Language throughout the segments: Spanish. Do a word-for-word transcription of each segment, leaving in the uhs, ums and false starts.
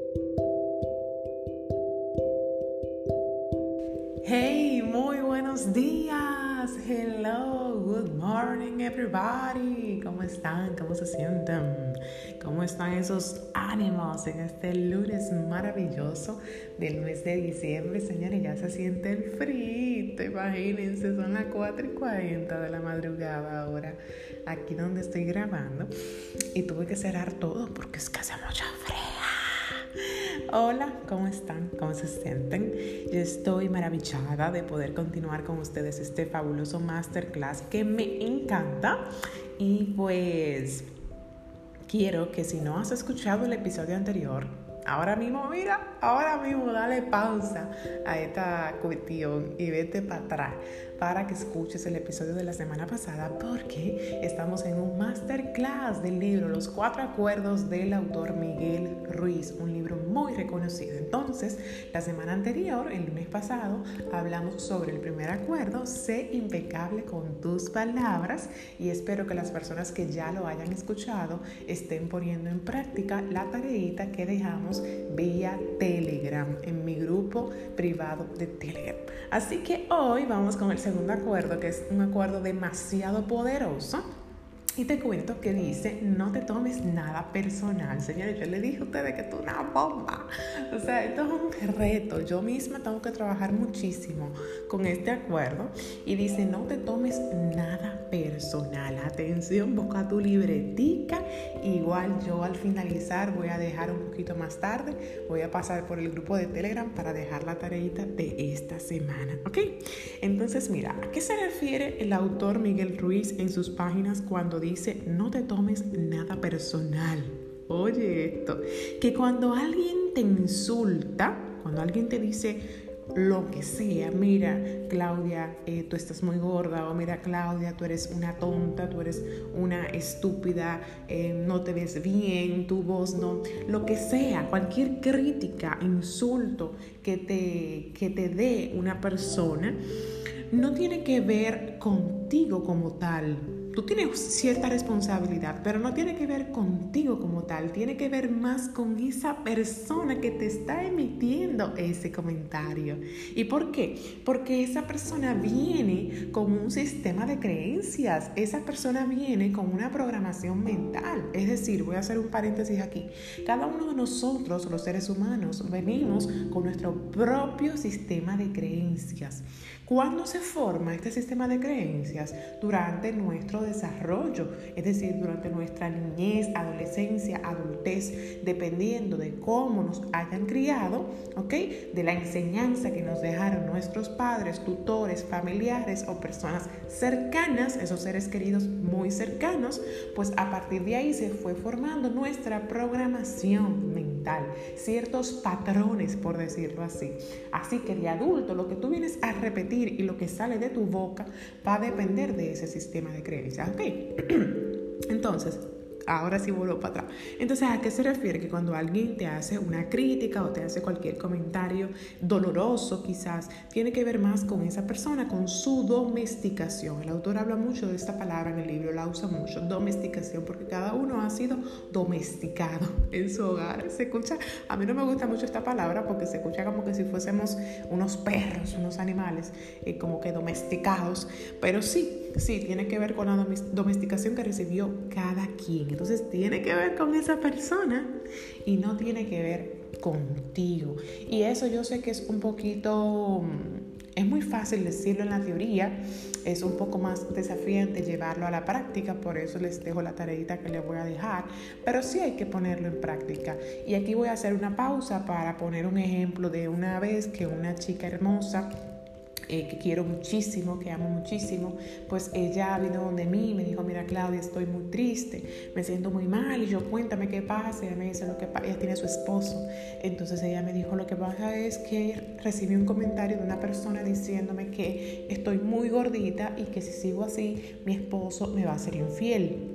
Hey, muy buenos días. Hello, good morning everybody. ¿Cómo están? ¿Cómo se sienten? ¿Cómo están esos ánimos en este lunes maravilloso del mes de diciembre? Señores, ya se siente el frío. Imagínense, son las cuatro y cuarenta de la madrugada ahora, aquí donde estoy grabando. Y tuve que cerrar todo porque es que hace mucha fría. Hola, ¿cómo están? ¿Cómo se sienten? Yo estoy maravillada de poder continuar con ustedes este fabuloso masterclass que me encanta. Y pues quiero que si no has escuchado el episodio anterior, ahora mismo, mira, ahora mismo dale pausa a esta cuestión y vete para atrás para que escuches el episodio de la semana pasada, porque estamos en un masterclass del libro Los Cuatro Acuerdos del autor Miguel Ruiz, un libro muy reconocido. Entonces, la semana anterior, el lunes pasado, hablamos sobre el primer acuerdo: sé impecable con tus palabras, y espero que las personas que ya lo hayan escuchado estén poniendo en práctica la tareita que dejamos vía Telegram, en mi grupo privado de Telegram. Así que hoy vamos con el segundo acuerdo, que es un acuerdo demasiado poderoso. Y te cuento que dice: no te tomes nada personal. Señores, yo le dije a ustedes que esto es una bomba. O sea, esto es un reto. Yo misma tengo que trabajar muchísimo con este acuerdo. Y dice: no te tomes nada personal. Atención, busca tu libretica. Igual yo al finalizar voy a dejar un poquito más tarde, voy a pasar por el grupo de Telegram para dejar la tareita de esta semana, ¿ok? Entonces, mira, ¿a qué se refiere el autor Miguel Ruiz en sus páginas cuando dice: no te tomes nada personal? Oye esto, que cuando alguien te insulta, cuando alguien te dice lo que sea, mira Claudia, eh, tú estás muy gorda, o mira Claudia, tú eres una tonta, tú eres una estúpida, eh, no te ves bien, tu voz no, lo que sea, cualquier crítica, insulto que te, que te dé una persona, no tiene que ver contigo como tal. Tú tienes cierta responsabilidad, pero no tiene que ver contigo como tal. Tiene que ver más con esa persona que te está emitiendo ese comentario. ¿Y por qué? Porque esa persona viene con un sistema de creencias. Esa persona viene con una programación mental. Es decir, voy a hacer un paréntesis aquí. Cada uno de nosotros, los seres humanos, venimos con nuestro propio sistema de creencias. ¿Cuándo se forma este sistema de creencias? Durante nuestro desarrollo, es decir, durante nuestra niñez, adolescencia, adultez, dependiendo de cómo nos hayan criado, ¿ok? De la enseñanza que nos dejaron nuestros padres, tutores, familiares o personas cercanas, esos seres queridos muy cercanos, pues a partir de ahí se fue formando nuestra programación mental, ciertos patrones, por decirlo así. Así que de adulto, lo que tú vienes a repetir y lo que sale de tu boca va a depender de ese sistema de creencias, ¿ok? Entonces, ahora sí vuelvo para atrás. Entonces, ¿a qué se refiere? Que cuando alguien te hace una crítica o te hace cualquier comentario doloroso, quizás, tiene que ver más con esa persona, con su domesticación. El autor habla mucho de esta palabra en el libro, la usa mucho, domesticación, porque cada uno ha sido domesticado en su hogar. Se escucha, a mí no me gusta mucho esta palabra porque se escucha como que si fuésemos unos perros, unos animales, eh, como que domesticados, pero sí, sí, tiene que ver con la domesticación que recibió cada quien. Entonces tiene que ver con esa persona y no tiene que ver contigo. Y eso yo sé que es un poquito, es muy fácil decirlo en la teoría, es un poco más desafiante llevarlo a la práctica, por eso les dejo la tareita que les voy a dejar, pero sí hay que ponerlo en práctica. Y aquí voy a hacer una pausa para poner un ejemplo de una vez que una chica hermosa, Eh, que quiero muchísimo, que amo muchísimo, pues ella vino donde mí y me dijo: mira Claudia, estoy muy triste, me siento muy mal. Y yo: cuéntame qué pasa. Y ella me dice lo que pasa. Ella tiene a su esposo. Entonces ella me dijo: lo que pasa es que recibí un comentario de una persona diciéndome que estoy muy gordita y que si sigo así mi esposo me va a ser infiel.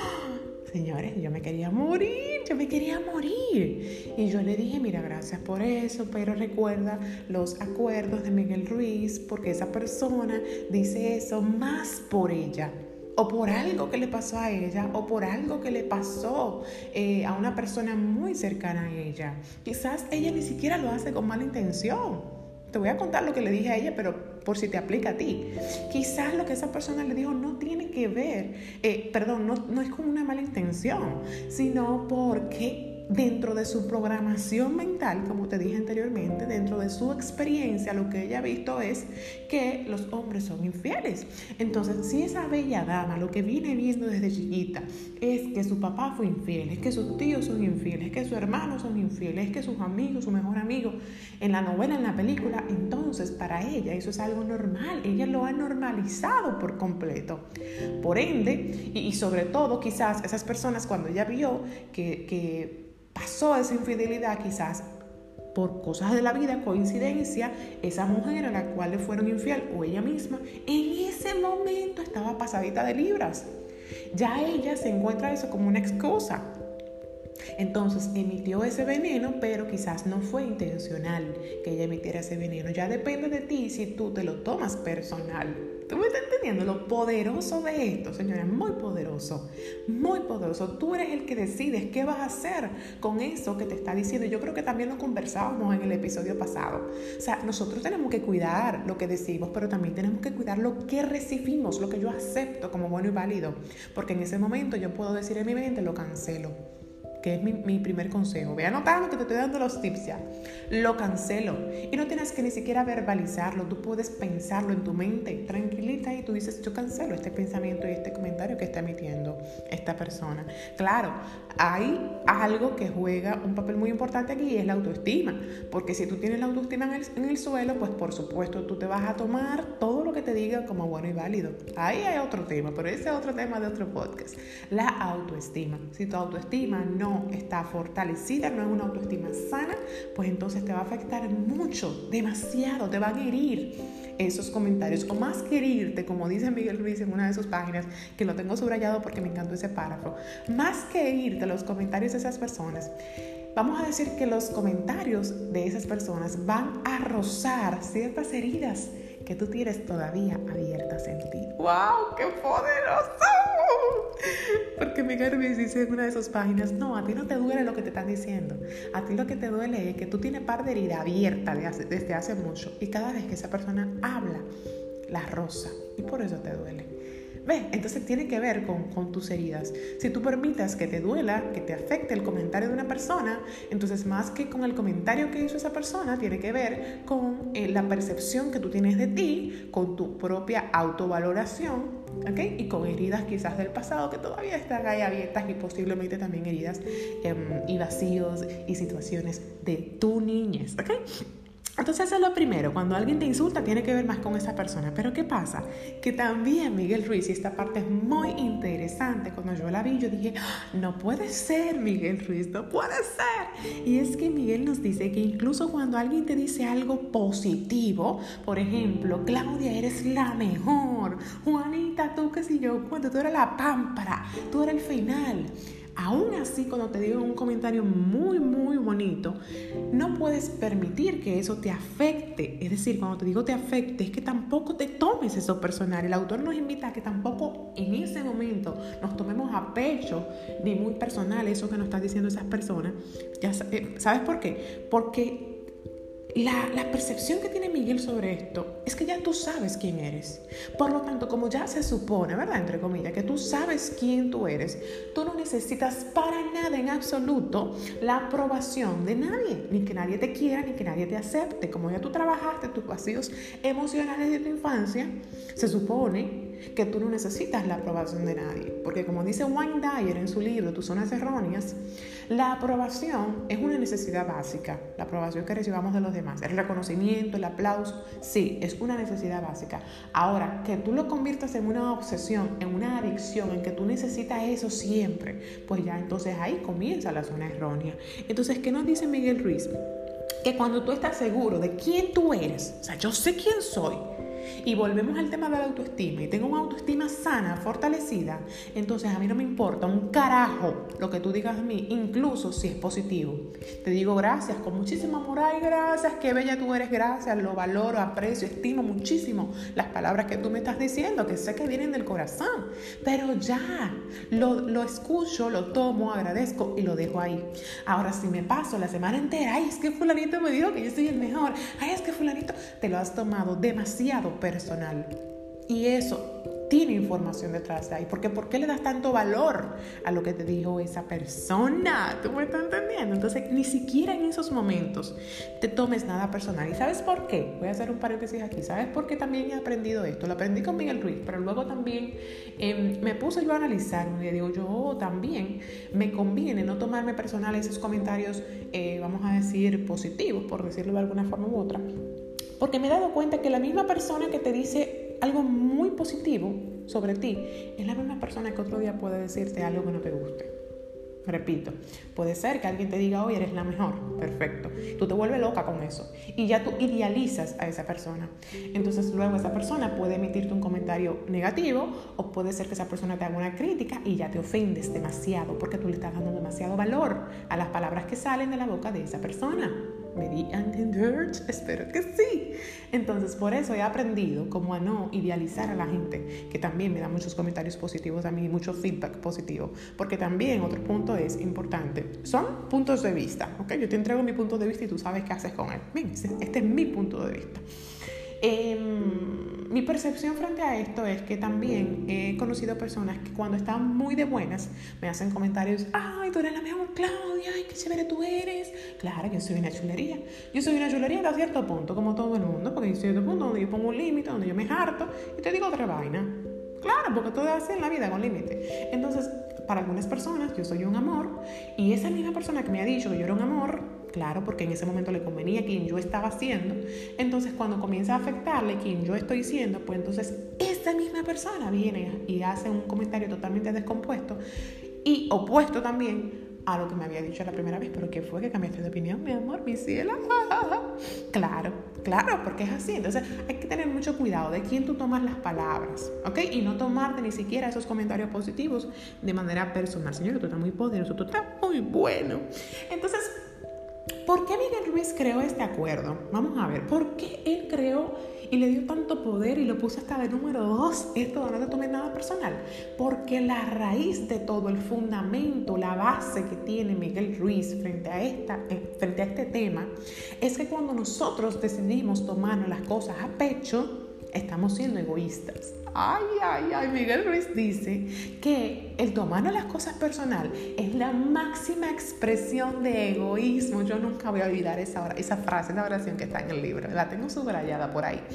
Señores, yo me quería morir, yo me quería morir. Y yo le dije: mira, gracias por eso, pero recuerda los acuerdos de Miguel Ruiz, porque esa persona dice eso más por ella. o por algo que le pasó a ella, o por algo que le pasó eh, a una persona muy cercana a ella. Quizás ella ni siquiera lo hace con mala intención. Te voy a contar lo que le dije a ella, pero por si te aplica a ti. Quizás lo que esa persona le dijo no tiene que ver, eh, perdón, no, no es con una mala intención, sino porque dentro de su programación mental, como te dije anteriormente, dentro de su experiencia, lo que ella ha visto es que los hombres son infieles. Entonces, si esa bella dama lo que viene viendo desde chiquita es que su papá fue infiel, es que sus tíos son infieles, es que sus hermanos son infieles, es que sus amigos, su mejor amigo, en la novela, en la película, entonces para ella eso es algo normal. Ella lo ha normalizado por completo. Por ende, y, y sobre todo quizás esas personas cuando ella vio que... que pasó esa infidelidad, quizás por cosas de la vida, coincidencia, esa mujer a la cual le fueron infiel o ella misma, en ese momento estaba pasadita de libras. Ya ella se encuentra eso como una excusa. Entonces emitió ese veneno, pero quizás no fue intencional que ella emitiera ese veneno. Ya depende de ti si tú te lo tomas personal. ¿Tú me estás entendiendo? Lo poderoso de esto, señora, muy poderoso, muy poderoso. Tú eres el que decides qué vas a hacer con eso que te está diciendo. Yo creo que también lo conversábamos en el episodio pasado. O sea, nosotros tenemos que cuidar lo que decimos, pero también tenemos que cuidar lo que recibimos, lo que yo acepto como bueno y válido. Porque en ese momento yo puedo decir en mi mente, lo cancelo. Que es mi, mi primer consejo. Ve anotando que te estoy dando los tips ya. Lo cancelo. Y no tienes que ni siquiera verbalizarlo. Tú puedes pensarlo en tu mente. Tranquilita y tú dices, yo cancelo este pensamiento y este comentario que está emitiendo esta persona. Claro, hay algo que juega un papel muy importante aquí y es la autoestima. Porque si tú tienes la autoestima en el, en el suelo, pues por supuesto tú te vas a tomar todo lo que te diga como bueno y válido. Ahí hay otro tema, pero ese es otro tema de otro podcast. La autoestima. Si tu autoestima no está fortalecida, no es una autoestima sana, pues entonces te va a afectar mucho, demasiado, te van a herir esos comentarios, o más que herirte, como dice Miguel Ruiz en una de sus páginas, que lo tengo subrayado porque me encantó ese párrafo, más que herirte los comentarios de esas personas, vamos a decir que los comentarios de esas personas van a rozar ciertas heridas que tú tienes todavía abiertas en ti. ¡Wow! ¡Qué poderoso! Porque Miguel Ruiz dice en una de sus páginas, no, a ti no te duele lo que te están diciendo. A ti lo que te duele es que tú tienes par de herida abierta desde hace mucho y cada vez que esa persona habla, la roza y por eso te duele. ¿Ves? Entonces tiene que ver con, con tus heridas. Si tú permitas que te duela, que te afecte el comentario de una persona, entonces más que con el comentario que hizo esa persona, tiene que ver con eh, la percepción que tú tienes de ti, con tu propia autovaloración, ¿okay? Y con heridas quizás del pasado que todavía están ahí abiertas y posiblemente también heridas eh, y vacíos y situaciones de tu niñez, ¿ok? Entonces eso es lo primero, cuando alguien te insulta tiene que ver más con esa persona. Pero ¿qué pasa? Que también Miguel Ruiz, y esta parte es muy interesante, cuando yo la vi yo dije, no puede ser Miguel Ruiz, no puede ser. Y es que Miguel nos dice que incluso cuando alguien te dice algo positivo, por ejemplo, Claudia, eres la mejor, Juanita, tú qué sé yo, cuando tú eres la pámpara, tú eres el final. Aún así, cuando te digo un comentario muy, muy bonito, no puedes permitir que eso te afecte. Es decir, cuando te digo te afecte, es que tampoco te tomes eso personal. El autor nos invita a que tampoco en ese momento nos tomemos a pecho ni muy personal eso que nos están diciendo esas personas. Ya, ¿sabes por qué? Porque La, la percepción que tiene Miguel sobre esto es que ya tú sabes quién eres. Por lo tanto, como ya se supone, ¿verdad? Entre comillas, que tú sabes quién tú eres, tú no necesitas para nada en absoluto la aprobación de nadie, ni que nadie te quiera, ni que nadie te acepte. Como ya tú trabajaste tus vacíos emocionales de tu infancia, se supone que tú no necesitas la aprobación de nadie. Porque como dice Wayne Dyer en su libro Tus zonas erróneas, la aprobación es una necesidad básica. La aprobación que recibamos de los demás, el reconocimiento, el aplauso, sí, es una necesidad básica. Ahora, que tú lo conviertas en una obsesión, en una adicción, en que tú necesitas eso siempre, pues ya entonces ahí comienza la zona errónea. Entonces, ¿qué nos dice Miguel Ruiz? Que cuando tú estás seguro de quién tú eres, o sea, yo sé quién soy, y volvemos al tema de la autoestima y tengo una autoestima sana, fortalecida, entonces a mí no me importa un carajo lo que tú digas a mí, incluso si es positivo. Te digo gracias, con muchísimo amor. Ay, gracias, qué bella tú eres, gracias, lo valoro, aprecio, estimo muchísimo las palabras que tú me estás diciendo, que sé que vienen del corazón, pero ya, lo, lo escucho, lo tomo, agradezco y lo dejo ahí. Ahora, si me paso la semana entera, ay, es que fulanito me dijo que yo soy el mejor, ay, es que fulanito, te lo has tomado demasiado personal. Y eso tiene información detrás de ahí. Porque ¿por qué le das tanto valor a lo que te dijo esa persona? ¿Tú me estás entendiendo? Entonces, ni siquiera en esos momentos te tomes nada personal. ¿Y sabes por qué? Voy a hacer un paréntesis aquí. ¿Sabes por qué también he aprendido esto? Lo aprendí con Miguel Ruiz, pero luego también eh, me puse yo a analizarme y digo, yo también me conviene no tomarme personal esos comentarios, eh, vamos a decir, positivos, por decirlo de alguna forma u otra. Porque me he dado cuenta que la misma persona que te dice algo muy positivo sobre ti es la misma persona que otro día puede decirte algo que no te guste. Repito, puede ser que alguien te diga, oye, eres la mejor, perfecto. Tú te vuelves loca con eso y ya tú idealizas a esa persona. Entonces luego esa persona puede emitirte un comentario negativo o puede ser que esa persona te haga una crítica y ya te ofendes demasiado porque tú le estás dando demasiado valor a las palabras que salen de la boca de esa persona. ¿Me di a entender? Espero que sí. Entonces, por eso he aprendido como a no idealizar a la gente, que también me da muchos comentarios positivos a mí, mucho feedback positivo, porque también otro punto es importante. Son puntos de vista, ¿ok? Yo te entrego mi punto de vista y tú sabes qué haces con él. Bien, este es mi punto de vista. Eh, mi percepción frente a esto es que también he conocido personas que cuando están muy de buenas me hacen comentarios, ay, tú eres la mejor, Claudia, ay, qué chévere tú eres. Claro, yo soy una chulería. Yo soy una chulería hasta cierto punto, como todo el mundo, porque hay cierto punto donde yo pongo un límite, donde yo me harto y te digo otra vaina. Claro, porque todo hace en la vida con límite. Entonces, para algunas personas yo soy un amor y esa misma persona que me ha dicho que yo era un amor, claro, porque en ese momento le convenía a quien yo estaba siendo, entonces cuando comienza a afectarle quien yo estoy siendo, pues entonces esa misma persona viene y hace un comentario totalmente descompuesto y opuesto también a lo que me había dicho la primera vez. Pero ¿qué fue que cambiaste de opinión, mi amor, mi cielo? Claro, claro, porque es así. Entonces hay que tener mucho cuidado de quién tú tomas las palabras, ¿ok? Y no tomarte ni siquiera esos comentarios positivos de manera personal. Señor, tú estás muy poderoso, tú estás muy bueno. Entonces, ¿por qué Miguel Ruiz creó este acuerdo? Vamos a ver, ¿por qué él creó y le dio tanto poder y lo puso hasta de número dos? Esto no te tomes nada personal. Porque la raíz de todo, el fundamento, la base que tiene Miguel Ruiz frente a, esta, eh, frente a este tema, es que cuando nosotros decidimos tomarnos las cosas a pecho, estamos siendo egoístas. Ay, ay, ay, Miguel Ruiz dice que el tomarnos las cosas personal es la máxima expresión de egoísmo. Yo nunca voy a olvidar esa, esa frase, esa oración que está en el libro. La tengo subrayada por ahí.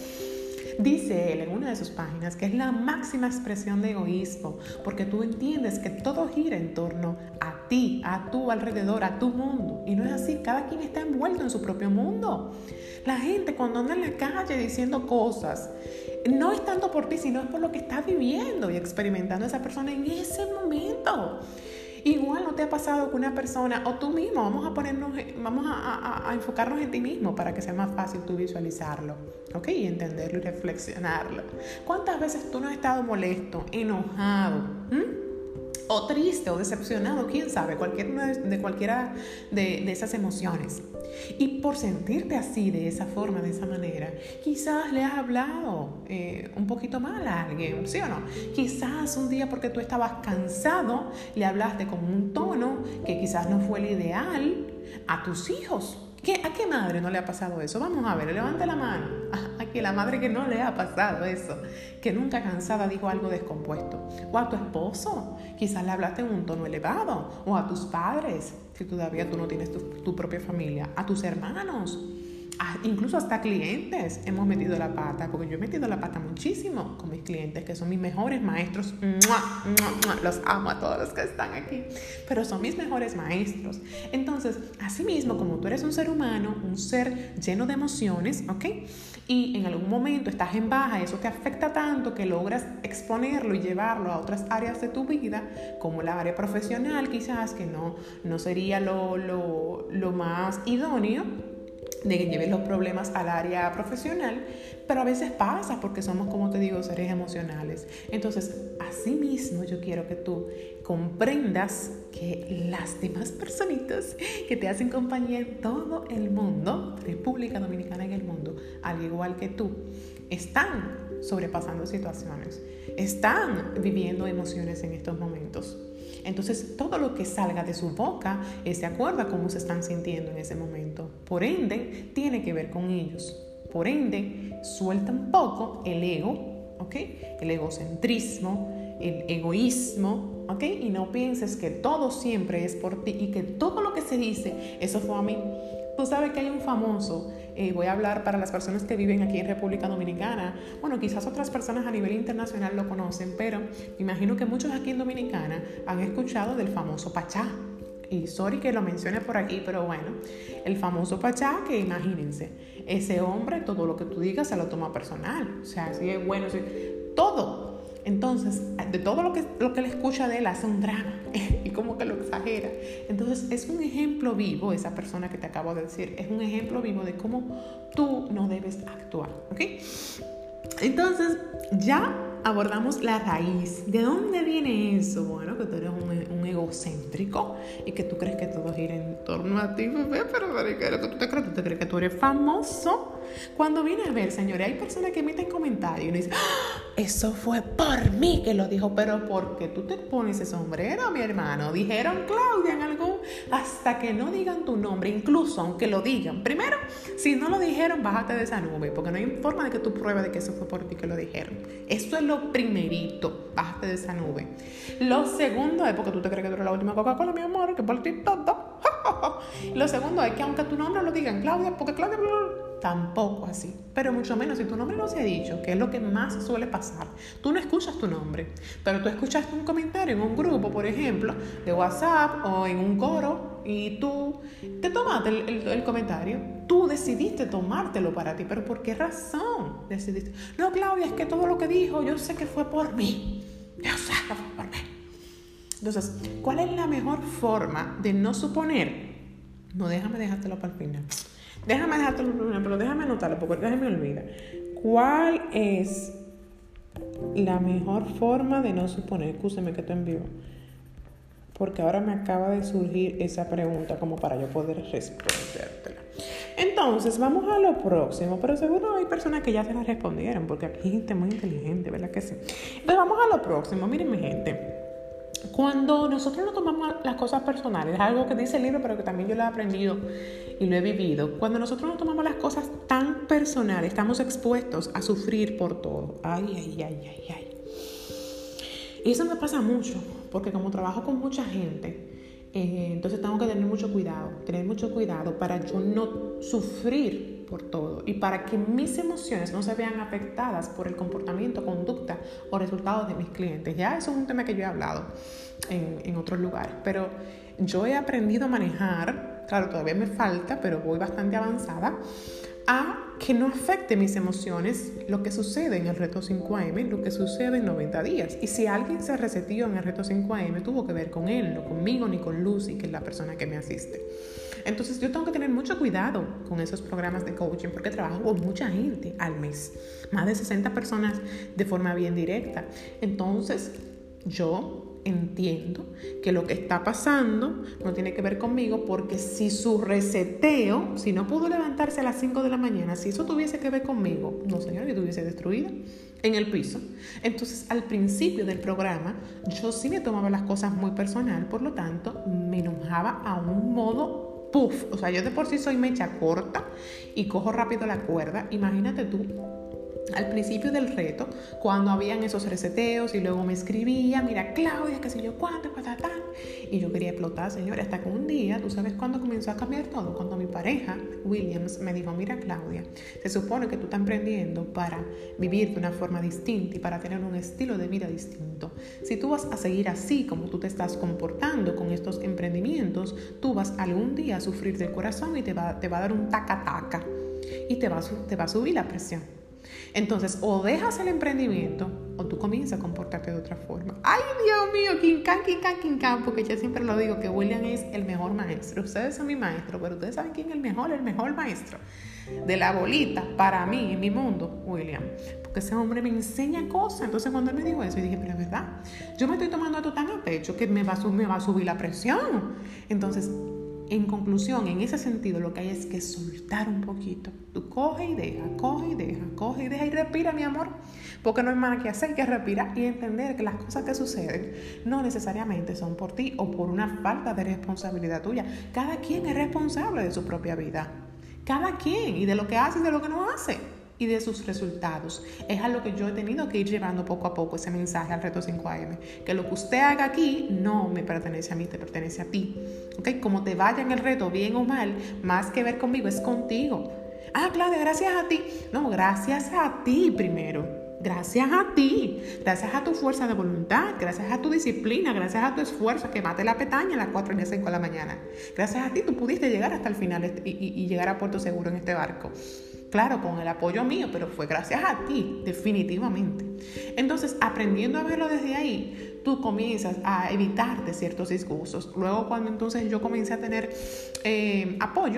Dice él en una de sus páginas que es la máxima expresión de egoísmo, porque tú entiendes que todo gira en torno a ti, a tu alrededor, a tu mundo. Y no es así, cada quien está envuelto en su propio mundo. La gente cuando anda en la calle diciendo cosas, no es tanto por ti, sino es por lo que está viviendo y experimentando esa persona en ese momento. Igual no te ha pasado que una persona, o tú mismo, vamos a ponernos, vamos a, a, a enfocarnos en ti mismo para que sea más fácil tú visualizarlo, ¿ok? Y entenderlo y reflexionarlo. ¿Cuántas veces tú no has estado molesto, enojado, ¿m? o triste o decepcionado, quién sabe, cualquiera de, de cualquiera de, de esas emociones? Y por sentirte así, de esa forma, de esa manera, quizás le has hablado eh, un poquito mal a alguien, ¿sí o no? Quizás un día porque tú estabas cansado, le hablaste con un tono que quizás no fue el ideal a tus hijos. ¿Qué, ¿A qué madre no le ha pasado eso? Vamos a ver, levante la mano. Aquí la madre que no le ha pasado eso, que nunca cansada dijo algo descompuesto. O a tu esposo, quizás le hablaste en un tono elevado. O a tus padres, si todavía tú no tienes tu, tu propia familia. A tus hermanos, a, incluso hasta clientes hemos metido la pata, porque yo he metido la pata muchísimo con mis clientes, que son mis mejores maestros. ¡Mua! ¡Mua! ¡Mua! Los amo a todos los que están aquí, pero son mis mejores maestros. Entonces, así mismo, como tú eres un ser humano, un ser lleno de emociones, ¿ok? Y en algún momento estás en baja, eso te afecta tanto que logras exponerlo y llevarlo a otras áreas de tu vida, como la área profesional quizás, que no, no sería lo, lo, lo más idóneo. de que lleves los problemas al área profesional, pero a veces pasa porque somos, como te digo, seres emocionales. Entonces, así mismo yo quiero que tú comprendas que las demás personitas que te hacen compañía en todo el mundo, República Dominicana en el mundo, al igual que tú, están sobrepasando situaciones, están viviendo emociones en estos momentos. Entonces, todo lo que salga de su boca es de acuerdo a cómo se están sintiendo en ese momento. Por ende, tiene que ver con ellos. Por ende, suelta un poco el ego, ¿ok? El egocentrismo, el egoísmo, ¿ok? Y no pienses que todo siempre es por ti y que todo lo que se dice, eso fue a mí. Tú sabes que hay un famoso, eh, voy a hablar para las personas que viven aquí en República Dominicana, bueno, quizás otras personas a nivel internacional lo conocen, pero me imagino que muchos aquí en Dominicana han escuchado del famoso Pachá. Y sorry que lo mencione por aquí, pero bueno, el famoso Pachá, que imagínense, ese hombre, todo lo que tú digas se lo toma personal, o sea, si es bueno, si, todo. Entonces, de todo lo que, lo que él escucha de él hace un drama y como que lo exagera. Entonces, es un ejemplo vivo, esa persona que te acabo de decir, es un ejemplo vivo de cómo tú no debes actuar, ¿ok? Entonces, ya abordamos la raíz. ¿De dónde viene eso? Bueno, que tú eres un, un egocéntrico y que tú crees que todo gira en torno a ti, bebé, pero ¿qué es lo que tú te crees? ¿Tú te crees que tú eres famoso? Cuando vienes a ver, señores, hay personas que emiten comentarios y dicen, ¡ah! Eso fue por mí que lo dijo, pero ¿por qué tú te pones ese sombrero, mi hermano? Dijeron Claudia en algún, hasta que no digan tu nombre, incluso aunque lo digan. Primero, si no lo dijeron, bájate de esa nube, porque no hay forma de que tú pruebes de que eso fue por ti que lo dijeron. Eso es lo primerito, bájate de esa nube. Lo segundo es porque tú te crees que tú eres la última Coca-Cola, mi amor, que por ti todo. Lo segundo es que aunque tu nombre lo digan Claudia, porque Claudia tampoco así, pero mucho menos si tu nombre no se ha dicho, que es lo que más suele pasar. Tú no escuchas tu nombre, pero tú escuchaste un comentario en un grupo, por ejemplo, de WhatsApp o en un coro, y tú te tomaste el, el, el comentario. Tú decidiste tomártelo para ti, pero ¿por qué razón decidiste? No, Claudia, es que todo lo que dijo, yo sé que fue por mí. Yo sé que fue por mí. Entonces, ¿cuál es la mejor forma de no suponer? No, déjame dejártelo para el final. Déjame dejártelo para el final, pero déjame anotarlo porque ya se me olvida. ¿Cuál es la mejor forma de no suponer? Escúcheme que te envío, porque ahora me acaba de surgir esa pregunta como para yo poder respondértela. Entonces, vamos a lo próximo, pero seguro hay personas que ya se la respondieron, porque aquí hay gente muy inteligente, ¿verdad que sí? Entonces, vamos a lo próximo. Miren, mi gente, cuando nosotros no tomamos las cosas personales, es algo que dice el libro, pero que también yo lo he aprendido y lo he vivido. Cuando nosotros no tomamos las cosas tan personales, estamos expuestos a sufrir por todo. Ay, ay, ay, ay, ay. Y eso me pasa mucho, porque como trabajo con mucha gente, eh, entonces tengo que tener mucho cuidado, tener mucho cuidado para yo no sufrir por todo y para que mis emociones no se vean afectadas por el comportamiento, conducta o resultados de mis clientes. Ya eso es un tema que yo he hablado en, en otros lugares, pero yo he aprendido a manejar, claro, todavía me falta, pero voy bastante avanzada, a que no afecte mis emociones lo que sucede en el reto cinco a eme, lo que sucede en noventa días. Y si alguien se resetió en el reto cinco a eme, tuvo que ver con él, no conmigo ni con Lucy, que es la persona que me asiste. Entonces yo tengo que tener mucho cuidado con esos programas de coaching porque trabajo con mucha gente al mes, más de sesenta personas de forma bien directa. Entonces yo entiendo que lo que está pasando no tiene que ver conmigo, porque si su reseteo, si no pudo levantarse a las cinco de la mañana, si eso tuviese que ver conmigo, no señora, yo estuviese destruida en el piso. Entonces al principio del programa yo sí me tomaba las cosas muy personal, por lo tanto me enojaba a un modo puff, o sea, yo de por sí soy mecha corta y cojo rápido la cuerda. Imagínate tú al principio del reto, cuando habían esos reseteos y luego me escribía, mira Claudia, qué sé yo cuánto, patatán, y yo quería explotar, señores, hasta que un día, ¿tú sabes cuándo comenzó a cambiar todo? Cuando mi pareja, Williams, me dijo, mira Claudia, se supone que tú estás emprendiendo para vivir de una forma distinta y para tener un estilo de vida distinto. Si tú vas a seguir así como tú te estás comportando con estos emprendimientos, tú vas algún día a sufrir del corazón y te va, te va a dar un taca-taca y te va, te va a subir la presión. Entonces, o dejas el emprendimiento o tú comienzas a comportarte de otra forma. Ay, Dios mío, quincán, quincán, quincán, porque yo siempre lo digo que William es el mejor maestro. Ustedes son mi maestro, pero ustedes saben quién es el mejor, el mejor maestro de la bolita para mí, en mi mundo, William. Porque ese hombre me enseña cosas. Entonces cuando él me dijo eso, yo dije, pero es verdad, yo me estoy tomando esto tan a pecho que me va a, me va a subir la presión. Entonces, en conclusión, en ese sentido, lo que hay es que soltar un poquito. Tú coge y deja, coge y deja, coge y deja y respira, mi amor. Porque no hay más que hacer que respirar y entender que las cosas que suceden no necesariamente son por ti o por una falta de responsabilidad tuya. Cada quien es responsable de su propia vida. Cada quien, y de lo que hace y de lo que no hace. Y de sus resultados. Es a lo que yo he tenido que ir llevando poco a poco ese mensaje al Reto cinco A M. Que lo que usted haga aquí no me pertenece a mí, te pertenece a ti. ¿Okay? Como te vaya en el reto, bien o mal, más que ver conmigo, es contigo. Ah, Claudia, gracias a ti. No, gracias a ti primero. Gracias a ti, gracias a tu fuerza de voluntad, gracias a tu disciplina, gracias a tu esfuerzo, que mate la petaña a las cuatro y las cinco de la mañana. Gracias a ti tú pudiste llegar hasta el final y, y, y llegar a puerto seguro en este barco. Claro, con el apoyo mío, pero fue gracias a ti, definitivamente. Entonces, aprendiendo a verlo desde ahí, tú comienzas a evitarte ciertos disgustos. Luego, cuando entonces yo comencé a tener eh, apoyo,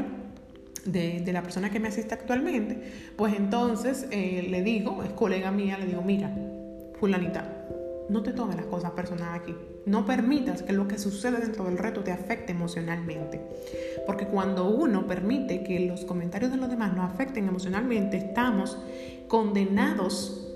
De, de la persona que me asiste actualmente, pues entonces eh, le digo, es colega mía, le digo, mira, fulanita, no te tomes las cosas personales aquí. No permitas que lo que sucede dentro del reto te afecte emocionalmente. Porque cuando uno permite que los comentarios de los demás nos afecten emocionalmente, estamos condenados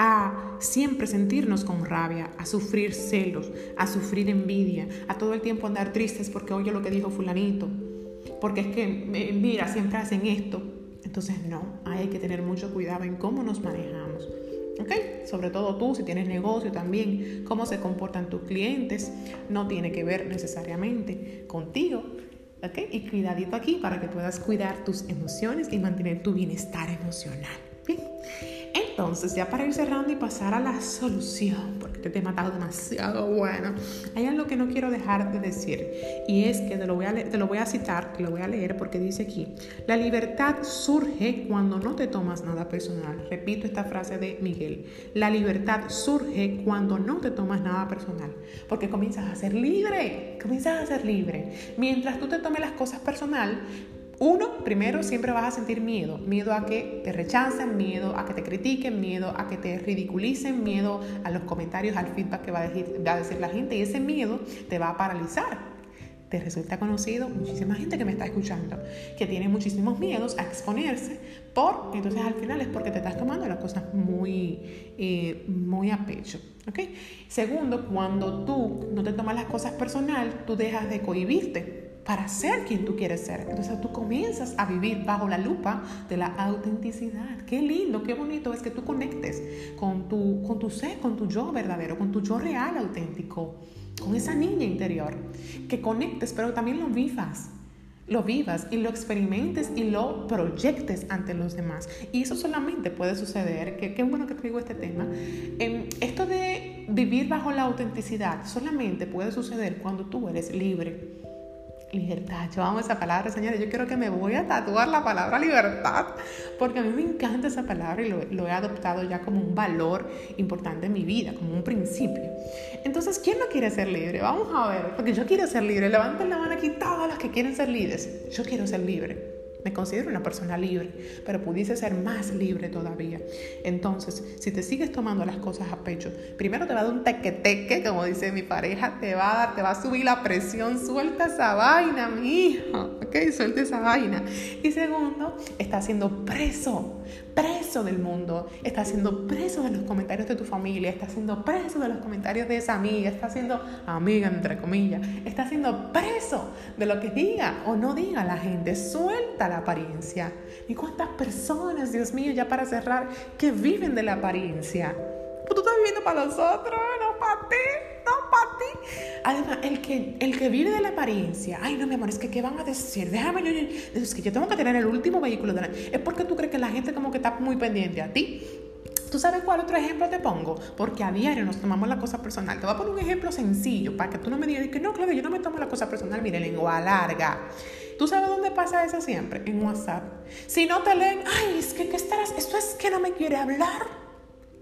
a siempre sentirnos con rabia, a sufrir celos, a sufrir envidia, a todo el tiempo andar tristes porque oye lo que dijo fulanito. Porque es que, mira, siempre hacen esto. Entonces, no, hay que tener mucho cuidado en cómo nos manejamos. ¿Ok? Sobre todo tú, si tienes negocio también, cómo se comportan tus clientes. No tiene que ver necesariamente contigo. ¿Ok? Y cuidadito aquí para que puedas cuidar tus emociones y mantener tu bienestar emocional. Bien. Entonces, ya para ir cerrando y pasar a la solución, porque este tema está demasiado bueno, hay algo que no quiero dejar de decir, y es que te lo voy a, le- te lo voy a citar, te lo voy a leer porque dice aquí, la libertad surge cuando no te tomas nada personal. Repito esta frase de Miguel, la libertad surge cuando no te tomas nada personal, porque comienzas a ser libre, comienzas a ser libre. Mientras tú te tomes las cosas personal, Uno, primero siempre vas a sentir miedo, miedo a que te rechacen, miedo a que te critiquen, miedo a que te ridiculicen, miedo a los comentarios, al feedback que va a decir, va a decir la gente, y ese miedo te va a paralizar. Te resulta conocido muchísima gente que me está escuchando, que tiene muchísimos miedos a exponerse, por, entonces al final es porque te estás tomando las cosas muy, eh, muy a pecho. ¿Okay? Segundo, cuando tú no te tomas las cosas personal, tú dejas de cohibirte para ser quien tú quieres ser. Entonces tú comienzas a vivir bajo la lupa de la autenticidad. Qué lindo, qué bonito es que tú conectes con tu, con tu ser, con tu yo verdadero, con tu yo real auténtico, con esa niña interior. Que conectes, pero también lo vivas. Lo vivas y lo experimentes y lo proyectes ante los demás. Y eso solamente puede suceder, que qué bueno que te digo este tema, eh, esto de vivir bajo la autenticidad solamente puede suceder cuando tú eres libre. Libertad, yo amo esa palabra, señores. Yo creo que me voy a tatuar la palabra libertad, porque a mí me encanta esa palabra y lo, lo he adoptado ya como un valor importante en mi vida, como un principio. Entonces, ¿quién no quiere ser libre? Vamos a ver, porque yo quiero ser libre. Levanten la mano aquí todos los que quieren ser libres. Yo quiero ser libre. Me considero una persona libre, pero pudiese ser más libre todavía. Entonces, si te sigues tomando las cosas a pecho, primero te va a dar un teque-teque, como dice mi pareja, te va a dar, te va a subir la presión. Suelta esa vaina, mi hija, ¿ok? Suelta esa vaina. Y segundo, estás siendo preso, preso del mundo, estás siendo preso de los comentarios de tu familia, estás siendo preso de los comentarios de esa amiga, estás siendo amiga, entre comillas, estás siendo preso de lo que diga o no diga la gente. Suelta la apariencia. ¿Y cuántas personas, Dios mío, ya para cerrar, que viven de la apariencia? Pues tú estás viviendo para los otros, no para ti, no para ti. Además, el que, el que vive de la apariencia, ay no mi amor, es que ¿qué van a decir? Déjame, yo, yo, es que yo tengo que tener el último vehículo del año. Es porque tú crees que la gente como que está muy pendiente a ti. ¿Tú sabes cuál otro ejemplo te pongo? Porque a diario nos tomamos la cosa personal. Te voy a poner un ejemplo sencillo para que tú no me digas que no, claro, yo no me tomo la cosa personal. Mire, lengua larga. ¿Tú sabes dónde pasa eso siempre? En WhatsApp. Si no te leen, ay, es que ¿qué estarás? Esto es que no me quiere hablar.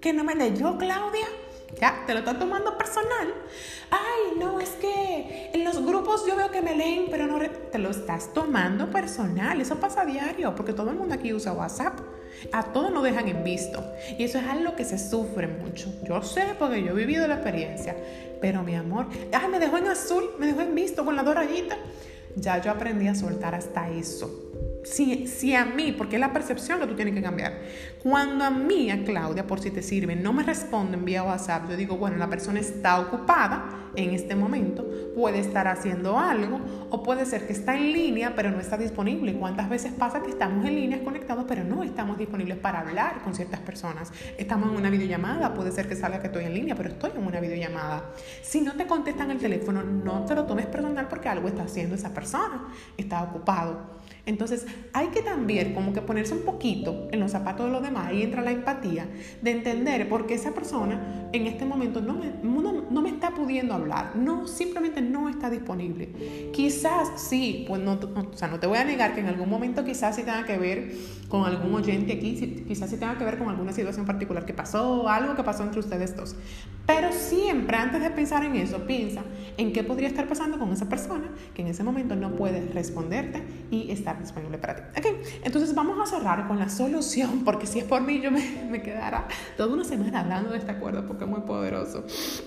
que no me leyó, Claudia. Ya, te lo estás tomando personal. Ay, no, es que en los grupos yo veo que me leen, pero no... Re- te lo estás tomando personal. Eso pasa a diario, porque todo el mundo aquí usa WhatsApp. A todos nos dejan en visto. Y eso es algo que se sufre mucho. Yo sé, porque yo he vivido la experiencia. Pero mi amor, ay, me dejó en azul, me dejó en visto con la dos rayitas. Ya yo aprendí a soltar hasta eso. Si, si a mí, porque es la percepción que tú tienes que cambiar. Cuando a mí, a Claudia, por si te sirve, no me responden vía WhatsApp, yo digo, bueno, la persona está ocupada en este momento, puede estar haciendo algo, o puede ser que está en línea, pero no está disponible. ¿Cuántas veces pasa que estamos en línea conectados, pero no estamos disponibles para hablar con ciertas personas? Estamos en una videollamada, puede ser que salga que estoy en línea, pero estoy en una videollamada. Si no te contestan el teléfono, no te lo tomes personal porque algo está haciendo esa persona, está ocupado. Entonces hay que también como que ponerse un poquito en los zapatos de los demás. Ahí entra la empatía de entender por qué esa persona en este momento no me, no, no me está pudiendo hablar, no, simplemente no está disponible. Quizás sí, pues no, no, o sea, no te voy a negar que en algún momento quizás sí tenga que ver con algún oyente aquí, quizás sí tenga que ver con alguna situación particular que pasó, algo que pasó entre ustedes dos. Pero siempre antes de pensar en eso, piensa en qué podría estar pasando con esa persona que en ese momento no puede responderte y estar disponible para ti. Okay. Entonces vamos a cerrar con la solución, porque si es por mí yo me, me quedara toda una semana hablando de este acuerdo porque es muy poderoso.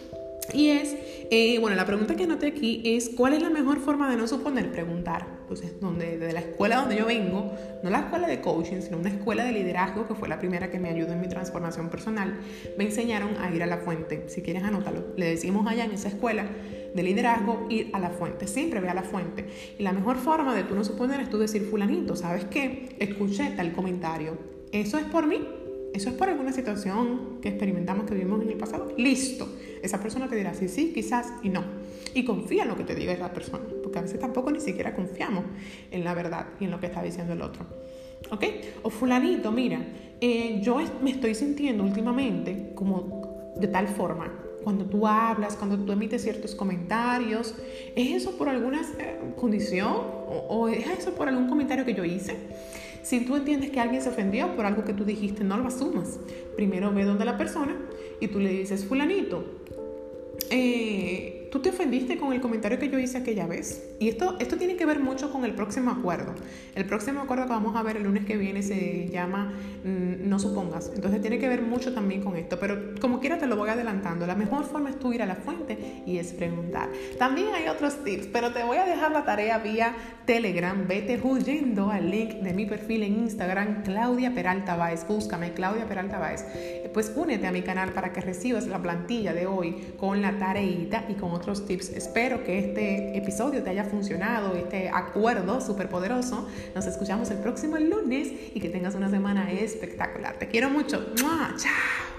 Y es, eh, bueno, la pregunta que anoté aquí es, ¿cuál es la mejor forma de no suponer? Preguntar. Entonces, donde, de la escuela donde yo vengo, no la escuela de coaching, sino una escuela de liderazgo, que fue la primera que me ayudó en mi transformación personal, me enseñaron a ir a la fuente. Si quieres, anótalo. Le decimos allá en esa escuela de liderazgo, ir a la fuente. Siempre ve a la fuente. Y la mejor forma de tú no suponer es tú decir, fulanito, ¿sabes qué? Escuché tal comentario. ¿Eso es por mí? ¿Eso es por alguna situación que experimentamos, que vivimos en el pasado? Listo. Esa persona te dirá sí, sí, quizás y no. Y confía en lo que te diga esa persona, porque a veces tampoco ni siquiera confiamos en la verdad y en lo que está diciendo el otro. ¿Ok? O fulanito, mira, eh, yo me estoy sintiendo últimamente como de tal forma. Cuando tú hablas, cuando tú emites ciertos comentarios, ¿es eso por alguna eh, condición? ¿O, ¿O es eso por algún comentario que yo hice? Si tú entiendes que alguien se ofendió por algo que tú dijiste, no lo asumas. Primero ve donde la persona y tú le dices, fulanito, eh, tú te ofendiste con el comentario que yo hice aquella vez. Y esto, esto tiene que ver mucho con el próximo acuerdo. El próximo acuerdo que vamos a ver el lunes que viene se llama mm, no supongas. Entonces tiene que ver mucho también con esto. Pero como quiera te lo voy adelantando. La mejor forma es tú ir a la fuente y es preguntar. También hay otros tips, pero te voy a dejar la tarea vía Telegram. Vete huyendo al link de mi perfil en Instagram, Claudia Peralta Báez. Búscame, Claudia Peralta Báez. Pues únete a mi canal para que recibas la plantilla de hoy con la tareita y con otros tips. Espero que este episodio te haya funcionado, este acuerdo súper poderoso. Nos escuchamos el próximo lunes y que tengas una semana espectacular. Te quiero mucho. ¡Mua! ¡Chao!